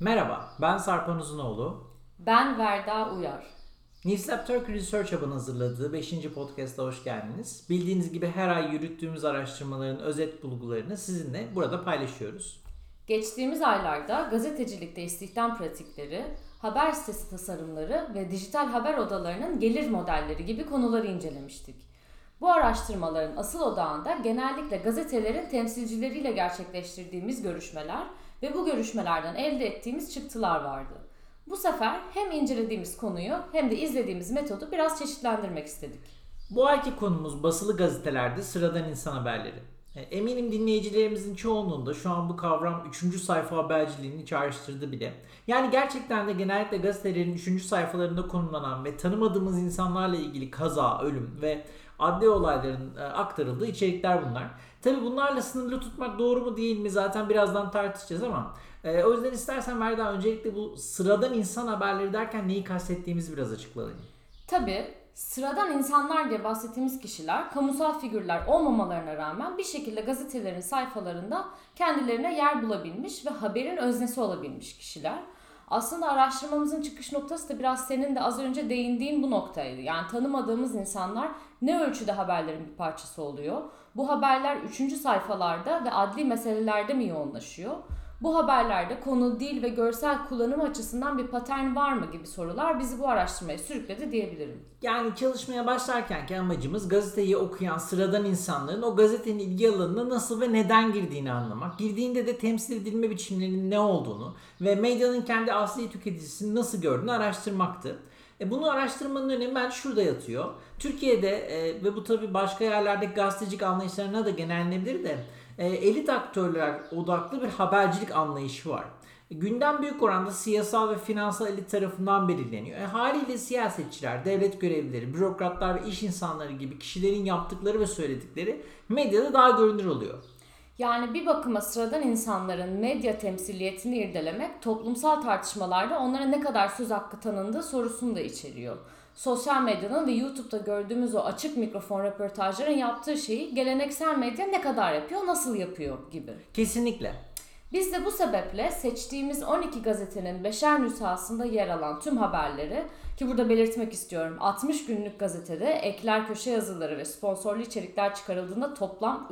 Merhaba, ben Sarpan Uzunoğlu. Ben Verda Uyar. Newslab Turkey Research Hub'ın hazırladığı 5. podcast'a hoş geldiniz. Bildiğiniz gibi her ay yürüttüğümüz araştırmaların özet bulgularını sizinle burada paylaşıyoruz. Geçtiğimiz aylarda gazetecilikte istihdam pratikleri, haber sitesi tasarımları ve dijital haber odalarının gelir modelleri gibi konuları incelemiştik. Bu araştırmaların asıl odağında genellikle gazetelerin temsilcileriyle gerçekleştirdiğimiz görüşmeler ve bu görüşmelerden elde ettiğimiz çıktılar vardı. Bu sefer hem incelediğimiz konuyu hem de izlediğimiz metodu biraz çeşitlendirmek istedik. Bu ayki konumuz basılı gazetelerde sıradan insan haberleri. Eminim dinleyicilerimizin çoğunluğunda şu an bu kavram 3. sayfa haberciliğini çağrıştırdı bile. Yani gerçekten de genellikle gazetelerin 3. sayfalarında konumlanan ve tanımadığımız insanlarla ilgili kaza, ölüm ve adli olayların aktarıldığı içerikler bunlar. Tabi bunlarla sınırlı tutmak doğru mu değil mi zaten birazdan tartışacağız ama o yüzden istersen Merda öncelikle bu sıradan insan haberleri derken neyi kastettiğimizi biraz açıklayalım. Tabii sıradan insanlar diye bahsettiğimiz kişiler kamusal figürler olmamalarına rağmen bir şekilde gazetelerin sayfalarında kendilerine yer bulabilmiş ve haberin öznesi olabilmiş kişiler. Aslında araştırmamızın çıkış noktası da biraz senin de az önce değindiğin bu noktaydı. Yani tanımadığımız insanlar ne ölçüde haberlerin bir parçası oluyor? Bu haberler 3. sayfalarda ve adli meselelerde mi yoğunlaşıyor? Bu haberlerde konu, dil ve görsel kullanım açısından bir patern var mı gibi sorular bizi bu araştırmaya sürükledi diyebilirim. Yani çalışmaya başlarkenki amacımız gazeteyi okuyan sıradan insanların o gazetenin ilgi alanına nasıl ve neden girdiğini anlamak. Girdiğinde de temsil edilme biçimlerinin ne olduğunu ve medyanın kendi asli tüketicisini nasıl gördüğünü araştırmaktı. Bunu araştırmanın önemi bence şurada yatıyor. Türkiye'de ve bu tabii başka yerlerdeki gazetecilik anlayışlarına da genellenebilir de elit aktörler odaklı bir habercilik anlayışı var. Gündem büyük oranda siyasal ve finansal elit tarafından belirleniyor. Haliyle siyasetçiler, devlet görevlileri, bürokratlar ve iş insanları gibi kişilerin yaptıkları ve söyledikleri medyada daha görünür oluyor. Yani bir bakıma sıradan insanların medya temsiliyetini irdelemek toplumsal tartışmalarda onlara ne kadar söz hakkı tanındığı sorusunu da içeriyor. Sosyal medyanın ve YouTube'da gördüğümüz o açık mikrofon röportajların yaptığı şeyi geleneksel medya ne kadar yapıyor, nasıl yapıyor gibi. Kesinlikle. Biz de bu sebeple seçtiğimiz 12 gazetenin 5'er nüshasında yer alan tüm haberleri, ki burada belirtmek istiyorum 60 günlük gazetede ekler, köşe yazıları ve sponsorlu içerikler çıkarıldığında toplam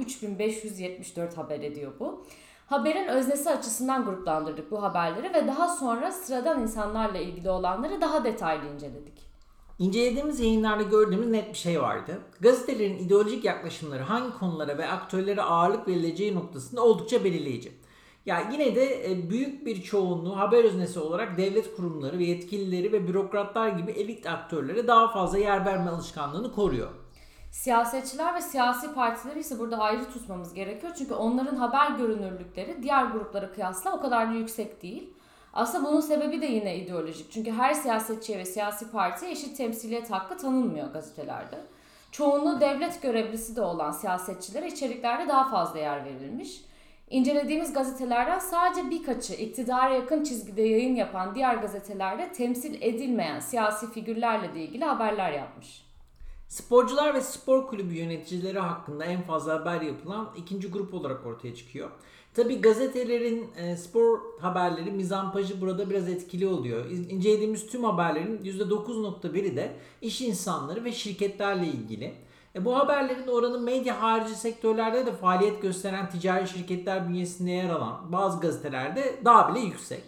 3574 haber ediyor bu. Haberin öznesi açısından gruplandırdık bu haberleri ve daha sonra sıradan insanlarla ilgili olanları daha detaylı inceledik. İncelediğimiz yayınlarda gördüğümüz net bir şey vardı. Gazetelerin ideolojik yaklaşımları hangi konulara ve aktörlere ağırlık verileceği noktasında oldukça belirleyici. Ya yine de büyük bir çoğunluğu haber öznesi olarak devlet kurumları ve yetkilileri ve bürokratlar gibi elit aktörlere daha fazla yer verme alışkanlığını koruyor. Siyasetçiler ve siyasi partileri ise burada ayrı tutmamız gerekiyor. Çünkü onların haber görünürlükleri diğer gruplara kıyasla o kadar da yüksek değil. Aslında bunun sebebi de yine ideolojik. Çünkü her siyasetçiye ve siyasi partiye eşit temsiliyet hakkı tanınmıyor gazetelerde. Çoğunluğu devlet görevlisi de olan siyasetçilere içeriklerde daha fazla yer verilmiş. İncelediğimiz gazetelerden sadece birkaçı iktidara yakın çizgide yayın yapan diğer gazetelerde temsil edilmeyen siyasi figürlerle de ilgili haberler yapmış. Sporcular ve spor kulübü yöneticileri hakkında en fazla haber yapılan ikinci grup olarak ortaya çıkıyor. Tabi gazetelerin spor haberleri mizampajı burada biraz etkili oluyor. İncelediğimiz tüm haberlerin %9.1'i de iş insanları ve şirketlerle ilgili. Bu haberlerin oranı medya harici sektörlerde de faaliyet gösteren ticari şirketler bünyesinde yer alan bazı gazetelerde daha bile yüksek.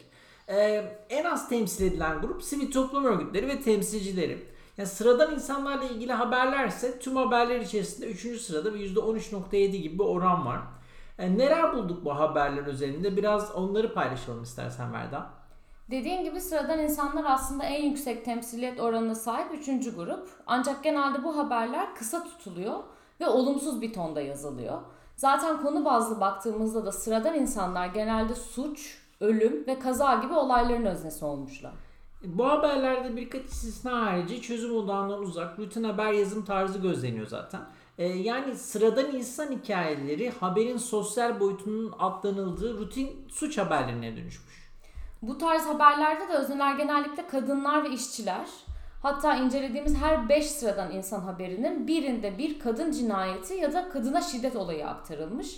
En az temsil edilen grup sivil toplum örgütleri ve temsilcileri. Yani sıradan insanlarla ilgili haberlerse tüm haberler içerisinde 3. sırada ve %13.7 gibi bir oran var. Neler bulduk bu haberler üzerinde? Biraz onları paylaşalım istersen Verda. Dediğim gibi sıradan insanlar aslında en yüksek temsiliyet oranına sahip 3. grup. Ancak genelde bu haberler kısa tutuluyor ve olumsuz bir tonda yazılıyor. Zaten konu bazlı baktığımızda da sıradan insanlar genelde suç, ölüm ve kaza gibi olayların öznesi olmuşlar. Bu haberlerde birkaç istisna harici çözüm odağından uzak rutin haber yazım tarzı gözleniyor zaten. Yani sıradan insan hikayeleri haberin sosyal boyutunun atlanıldığı rutin suç haberlerine dönüşmüş. Bu tarz haberlerde de özneler genellikle kadınlar ve işçiler. Hatta incelediğimiz her 5 sıradan insan haberinin birinde bir kadın cinayeti ya da kadına şiddet olayı aktarılmış.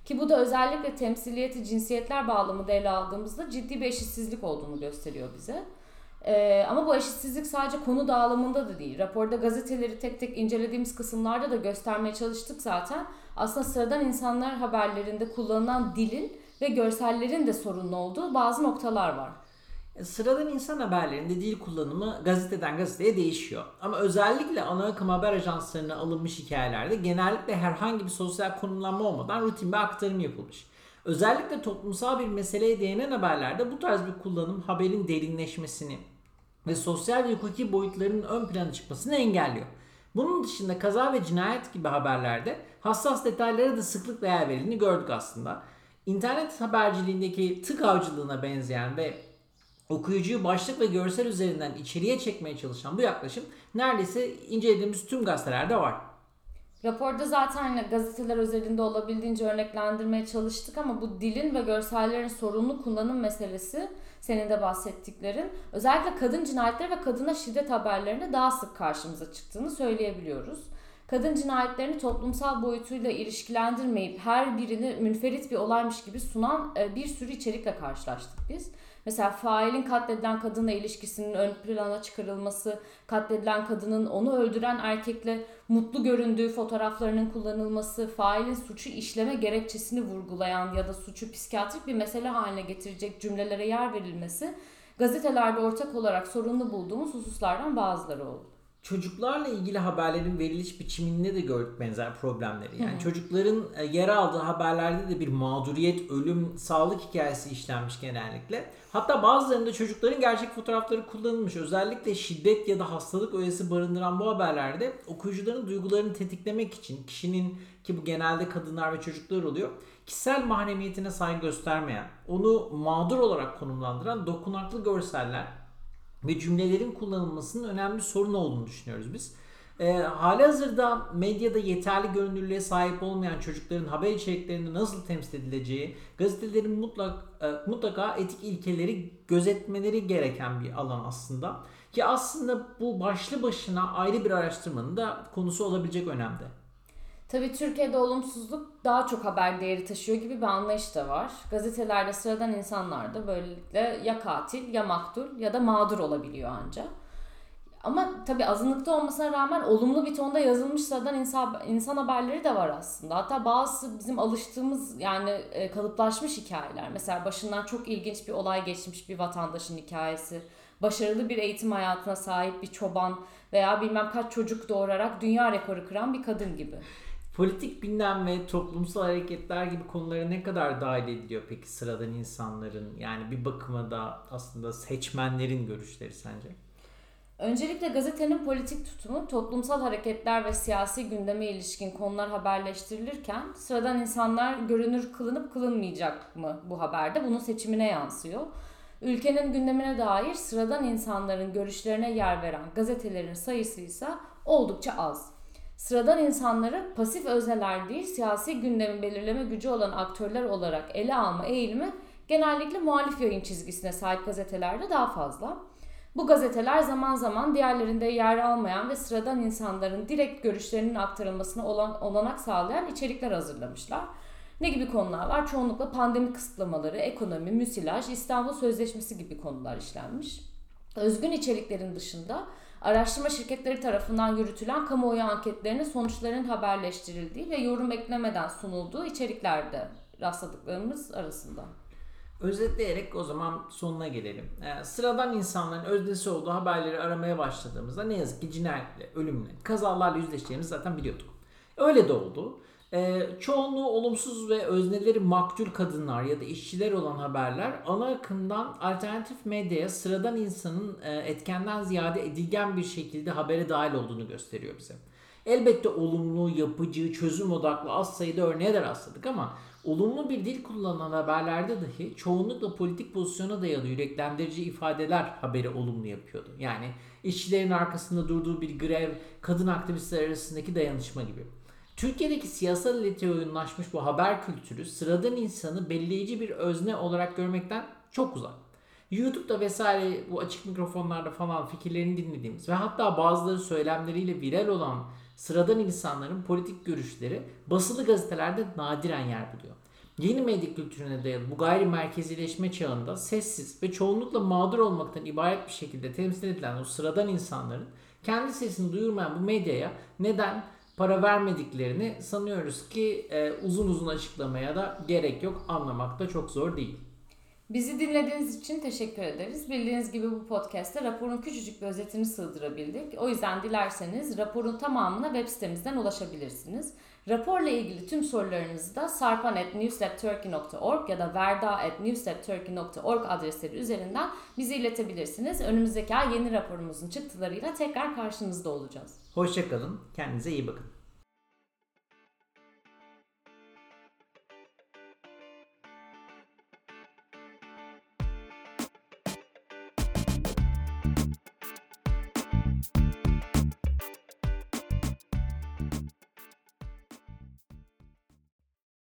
Ki bu da özellikle temsiliyeti cinsiyetler bağlamında ele aldığımızda ciddi bir eşitsizlik olduğunu gösteriyor bize. Ama bu eşitsizlik sadece konu dağılımında da değil. Raporda gazeteleri tek tek incelediğimiz kısımlarda da göstermeye çalıştık zaten. Aslında sıradan insanlar haberlerinde kullanılan dilin ve görsellerin de sorunlu olduğu bazı noktalar var. Sıradan insan haberlerinde dil kullanımı gazeteden gazeteye değişiyor. Ama özellikle ana akım haber ajanslarına alınmış hikayelerde genellikle herhangi bir sosyal konumlanma olmadan rutin bir aktarım yapılmış. Özellikle toplumsal bir meseleye değinen haberlerde bu tarz bir kullanım haberin derinleşmesini ve sosyal ve hukuki boyutlarının ön plana çıkmasını engelliyor. Bunun dışında kaza ve cinayet gibi haberlerde hassas detaylara da sıklıkla yer verildiğini gördük aslında. İnternet haberciliğindeki tık avcılığına benzeyen ve okuyucuyu başlık ve görsel üzerinden içeriye çekmeye çalışan bu yaklaşım neredeyse incelediğimiz tüm gazetelerde var. Raporda zaten gazeteler özelinde olabildiğince örneklendirmeye çalıştık ama bu dilin ve görsellerin sorunlu kullanım meselesi senin de bahsettiklerin özellikle kadın cinayetleri ve kadına şiddet haberlerinde daha sık karşımıza çıktığını söyleyebiliyoruz. Kadın cinayetlerini toplumsal boyutuyla ilişkilendirmeyip her birini münferit bir olaymış gibi sunan bir sürü içerikle karşılaştık biz. Mesela failin katledilen kadınla ilişkisinin ön plana çıkarılması, katledilen kadının onu öldüren erkekle mutlu göründüğü fotoğraflarının kullanılması, failin suçu işleme gerekçesini vurgulayan ya da suçu psikiyatrik bir mesele haline getirecek cümlelere yer verilmesi gazetelerde ortak olarak sorunlu bulduğumuz hususlardan bazıları oldu. Çocuklarla ilgili haberlerin veriliş biçiminde de gördük benzer problemleri. Yani çocukların yer aldığı haberlerde de bir mağduriyet, ölüm, sağlık hikayesi işlenmiş genellikle. Hatta bazılarında çocukların gerçek fotoğrafları kullanılmış. Özellikle şiddet ya da hastalık öğesi barındıran bu haberlerde okuyucuların duygularını tetiklemek için kişinin, ki bu genelde kadınlar ve çocuklar oluyor, kişisel mahremiyetine saygı göstermeyen, onu mağdur olarak konumlandıran dokunaklı görseller ve cümlelerin kullanılmasının önemli bir sorun olduğunu düşünüyoruz biz. Halihazırda medyada yeterli görünürlüğe sahip olmayan çocukların haber içeriklerinde nasıl temsil edileceği, gazetelerin mutlaka etik ilkeleri gözetmeleri gereken bir alan aslında. Ki aslında bu başlı başına ayrı bir araştırmanın da konusu olabilecek önemde. Tabii Türkiye'de olumsuzluk daha çok haber değeri taşıyor gibi bir anlayış da var. Gazetelerde sıradan insanlar da böylelikle ya katil ya maktul ya da mağdur olabiliyor ancak. Ama tabii azınlıkta olmasına rağmen olumlu bir tonda yazılmış sıradan insan haberleri de var aslında. Hatta bazısı bizim alıştığımız yani kalıplaşmış hikayeler. Mesela başından çok ilginç bir olay geçmiş bir vatandaşın hikayesi. Başarılı bir eğitim hayatına sahip bir çoban veya bilmem kaç çocuk doğurarak dünya rekoru kıran bir kadın gibi. Politik gündem ve toplumsal hareketler gibi konulara ne kadar dahil ediliyor peki sıradan insanların, yani bir bakıma da aslında seçmenlerin görüşleri sence? Öncelikle gazetenin politik tutumu, toplumsal hareketler ve siyasi gündeme ilişkin konular haberleştirilirken sıradan insanlar görünür kılınıp kılınmayacak mı bu haberde bunun seçimine yansıyor. Ülkenin gündemine dair sıradan insanların görüşlerine yer veren gazetelerin sayısı ise oldukça az. Sıradan insanları pasif özneler değil, siyasi gündemi belirleme gücü olan aktörler olarak ele alma eğilimi genellikle muhalif yayın çizgisine sahip gazetelerde daha fazla. Bu gazeteler zaman zaman diğerlerinde yer almayan ve sıradan insanların direkt görüşlerinin aktarılmasına olanak sağlayan içerikler hazırlamışlar. Ne gibi konular var? Çoğunlukla pandemi kısıtlamaları, ekonomi, müsilaj, İstanbul Sözleşmesi gibi konular işlenmiş. Özgün içeriklerin dışında araştırma şirketleri tarafından yürütülen kamuoyu anketlerinin sonuçlarının haberleştirildiği ve yorum eklemeden sunulduğu içeriklerde rastladıklarımız arasında. Özetleyerek o zaman sonuna gelelim. Sıradan insanların öznesi olduğu haberleri aramaya başladığımızda ne yazık ki cinayetle, ölümle, kazalarla yüzleşeceğimizi zaten biliyorduk. Öyle de oldu. Çoğunluğu olumsuz ve özneleri maktul kadınlar ya da işçiler olan haberler ana akımdan alternatif medyaya sıradan insanın etkenden ziyade edilgen bir şekilde habere dahil olduğunu gösteriyor bize. Elbette olumlu, yapıcı, çözüm odaklı az sayıda örneğe de rastladık ama olumlu bir dil kullanılan haberlerde dahi çoğunlukla politik pozisyona dayalı yüreklendirici ifadeler haberi olumlu yapıyordu. Yani işçilerin arkasında durduğu bir grev, kadın aktivistler arasındaki dayanışma gibi. Türkiye'deki siyasal elite oyunlaşmış bu haber kültürü sıradan insanı belirleyici bir özne olarak görmekten çok uzak. YouTube'da vesaire bu açık mikrofonlarda falan fikirlerini dinlediğimiz ve hatta bazıları söylemleriyle viral olan sıradan insanların politik görüşleri basılı gazetelerde nadiren yer buluyor. Yeni medya kültürüne dayalı bu gayri merkezileşme çağında sessiz ve çoğunlukla mağdur olmaktan ibaret bir şekilde temsil edilen o sıradan insanların kendi sesini duyurmayan bu medyaya neden para vermediklerini sanıyoruz ki uzun uzun açıklamaya da gerek yok. Anlamak da çok zor değil. Bizi dinlediğiniz için teşekkür ederiz. Bildiğiniz gibi bu podcast'te raporun küçücük bir özetini sığdırabildik. O yüzden dilerseniz raporun tamamına web sitemizden ulaşabilirsiniz. Raporla ilgili tüm sorularınızı da sarpan@newslabturkey.org ya da verda@newslabturkey.org adresleri üzerinden bize iletebilirsiniz. Önümüzdeki ay yeni raporumuzun çıktılarıyla tekrar karşınızda olacağız. Hoşça kalın, kendinize iyi bakın.